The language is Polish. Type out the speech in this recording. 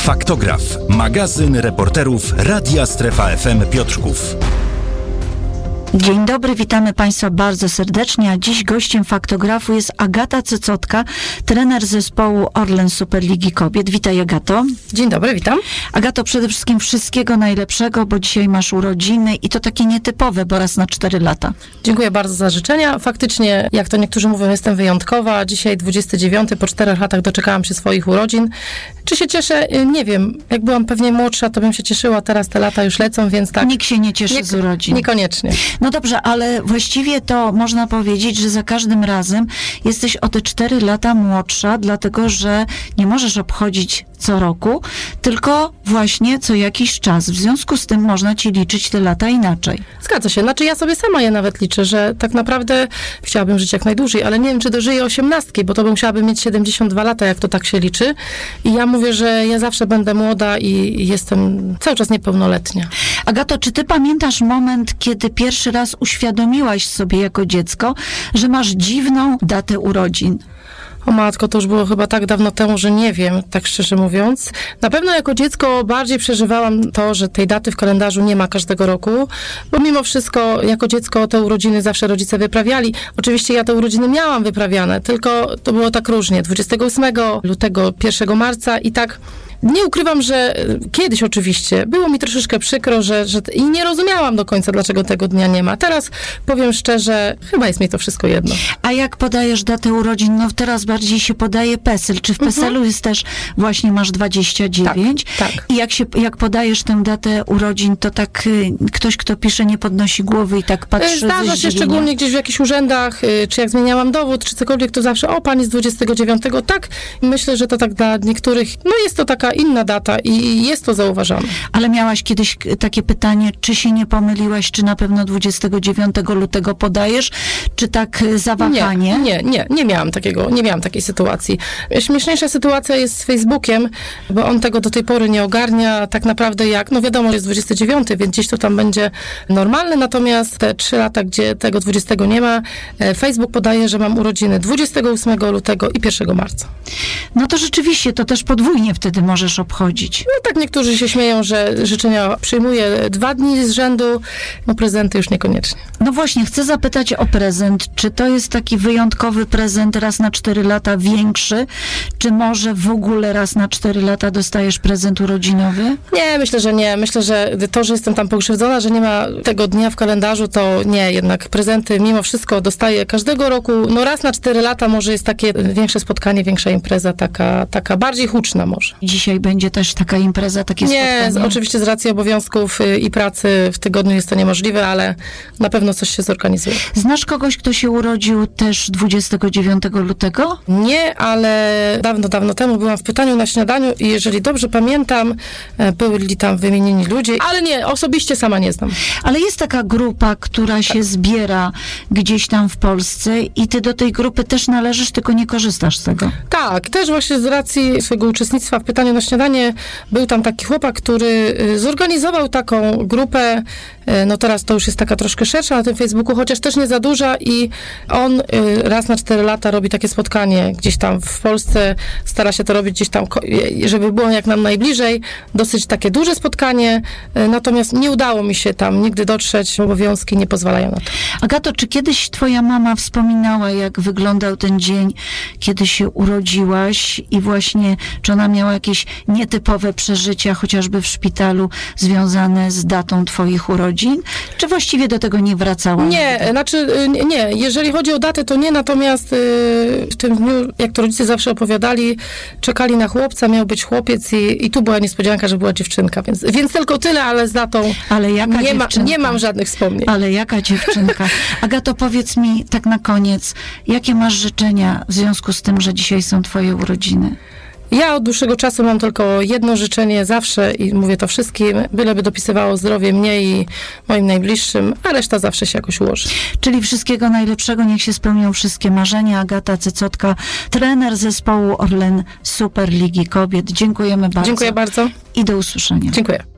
Faktograf. Magazyn reporterów Radia Strefa FM Piotrków. Dzień dobry, witamy Państwa bardzo serdecznie, a dziś gościem Faktografu jest Agata Cycotka, trener zespołu Orlen Superligi Kobiet. Witaj, Agato. Dzień dobry, witam. Agato, przede wszystkim wszystkiego najlepszego, bo dzisiaj masz urodziny i to takie nietypowe, bo raz na 4 lata. Dziękuję bardzo za życzenia. Faktycznie, jak to niektórzy mówią, jestem wyjątkowa. Dzisiaj 29, po 4 latach doczekałam się swoich urodzin. Czy się cieszę? Nie wiem. Jak byłam pewnie młodsza, to bym się cieszyła. Teraz te lata już lecą, więc tak. Nikt się nie cieszy z urodzin. Niekoniecznie. No dobrze, ale właściwie to można powiedzieć, że za każdym razem jesteś o te 4 lata młodsza, dlatego że nie możesz obchodzić co roku, tylko właśnie co jakiś czas. W związku z tym można ci liczyć te lata inaczej. Zgadza się. Znaczy ja sobie sama je nawet liczę, że tak naprawdę chciałabym żyć jak najdłużej, ale nie wiem, czy dożyję 18, bo to bym musiałabym mieć 72 lata, jak to tak się liczy. I ja mówię, że ja zawsze będę młoda i jestem cały czas niepełnoletnia. Agato, czy ty pamiętasz moment, kiedy pierwszy raz uświadomiłaś sobie jako dziecko, że masz dziwną datę urodzin? O matko, to już było chyba tak dawno temu, że nie wiem, tak szczerze mówiąc. Na pewno jako dziecko bardziej przeżywałam to, że tej daty w kalendarzu nie ma każdego roku, bo mimo wszystko jako dziecko te urodziny zawsze rodzice wyprawiali. Oczywiście ja te urodziny miałam wyprawiane, tylko to było tak różnie. 28 lutego, 1 marca i tak. Nie ukrywam, że kiedyś oczywiście było mi troszeczkę przykro, że i nie rozumiałam do końca, dlaczego tego dnia nie ma. Teraz powiem szczerze, chyba jest mi to wszystko jedno. A jak podajesz datę urodzin? No teraz bardziej się podaje PESEL. Czy w PESEL-u jest też właśnie masz 29? Tak. I jak podajesz tę datę urodzin, to tak ktoś, kto pisze, nie podnosi głowy i tak patrzy. Zdarza się szczególnie gdzieś w jakichś urzędach, czy jak zmieniałam dowód, czy cokolwiek, to zawsze, pani z 29. Tak, myślę, że to tak dla niektórych, jest to taka inna data i jest to zauważane. Ale miałaś kiedyś takie pytanie, czy się nie pomyliłaś, czy na pewno 29 lutego podajesz, czy tak zawahanie? Nie miałam takiej sytuacji. Śmieszniejsza sytuacja jest z Facebookiem, bo on tego do tej pory nie ogarnia tak naprawdę wiadomo, że jest 29, więc gdzieś to tam będzie normalne, natomiast te 3 lata, gdzie tego 20 nie ma, Facebook podaje, że mam urodziny 28 lutego i 1 marca. No to rzeczywiście, to też podwójnie wtedy możesz obchodzić. No tak, niektórzy się śmieją, że życzenia przyjmuję 2 dni z rzędu, prezenty już niekoniecznie. No właśnie, chcę zapytać o prezent. Czy to jest taki wyjątkowy prezent raz na 4 lata większy? Czy może w ogóle raz na 4 lata dostajesz prezent urodzinowy? Nie, myślę, że nie. Myślę, że to, że jestem tam pokrzywdzona, że nie ma tego dnia w kalendarzu, to nie. Jednak prezenty mimo wszystko dostaję każdego roku. Raz na 4 lata może jest takie większe spotkanie, większa impreza, taka bardziej huczna może. Dzisiaj będzie też taka impreza, takie spotkanie? Nie, oczywiście z racji obowiązków i pracy w tygodniu jest to niemożliwe, ale na pewno coś się zorganizuje. Znasz kogoś, kto się urodził też 29 lutego? Nie, ale dawno temu byłam w Pytaniu na śniadaniu i jeżeli dobrze pamiętam, byli tam wymienieni ludzie, ale nie, osobiście sama nie znam. Ale jest taka grupa, która się zbiera gdzieś tam w Polsce i ty do tej grupy też należysz, tylko nie korzystasz z tego. Tak, też właśnie z racji swojego uczestnictwa w Pytaniu na śniadanie był tam taki chłopak, który zorganizował taką grupę, teraz to już jest taka troszkę szersza na tym Facebooku, chociaż też nie za duża i on raz na 4 lata robi takie spotkanie gdzieś tam w Polsce, stara się to robić gdzieś tam, żeby było jak nam najbliżej, dosyć takie duże spotkanie, natomiast nie udało mi się tam nigdy dotrzeć, obowiązki nie pozwalają na to. Agato, czy kiedyś twoja mama wspominała, jak wyglądał ten dzień, kiedy się urodziłaś i właśnie, czy ona miała jakieś nietypowe przeżycia, chociażby w szpitalu, związane z datą twoich urodzin? Czy właściwie do tego nie wracała? Nie. Jeżeli chodzi o datę, to nie, natomiast w tym dniu, jak to rodzice zawsze opowiadali, czekali na chłopca, miał być chłopiec i tu była niespodzianka, że była dziewczynka, więc tylko tyle, ale z datą nie mam żadnych wspomnień. Ale jaka dziewczynka? Agato, powiedz mi tak na koniec, jakie masz życzenia w związku z tym, że dzisiaj są twoje urodziny? Ja od dłuższego czasu mam tylko jedno życzenie zawsze i mówię to wszystkim, byleby dopisywało zdrowie mnie i moim najbliższym, a reszta zawsze się jakoś ułoży. Czyli wszystkiego najlepszego, niech się spełnią wszystkie marzenia. Agata Cycotka, trener zespołu Orlen Superligi Kobiet. Dziękujemy bardzo. Dziękuję bardzo. I do usłyszenia. Dziękuję.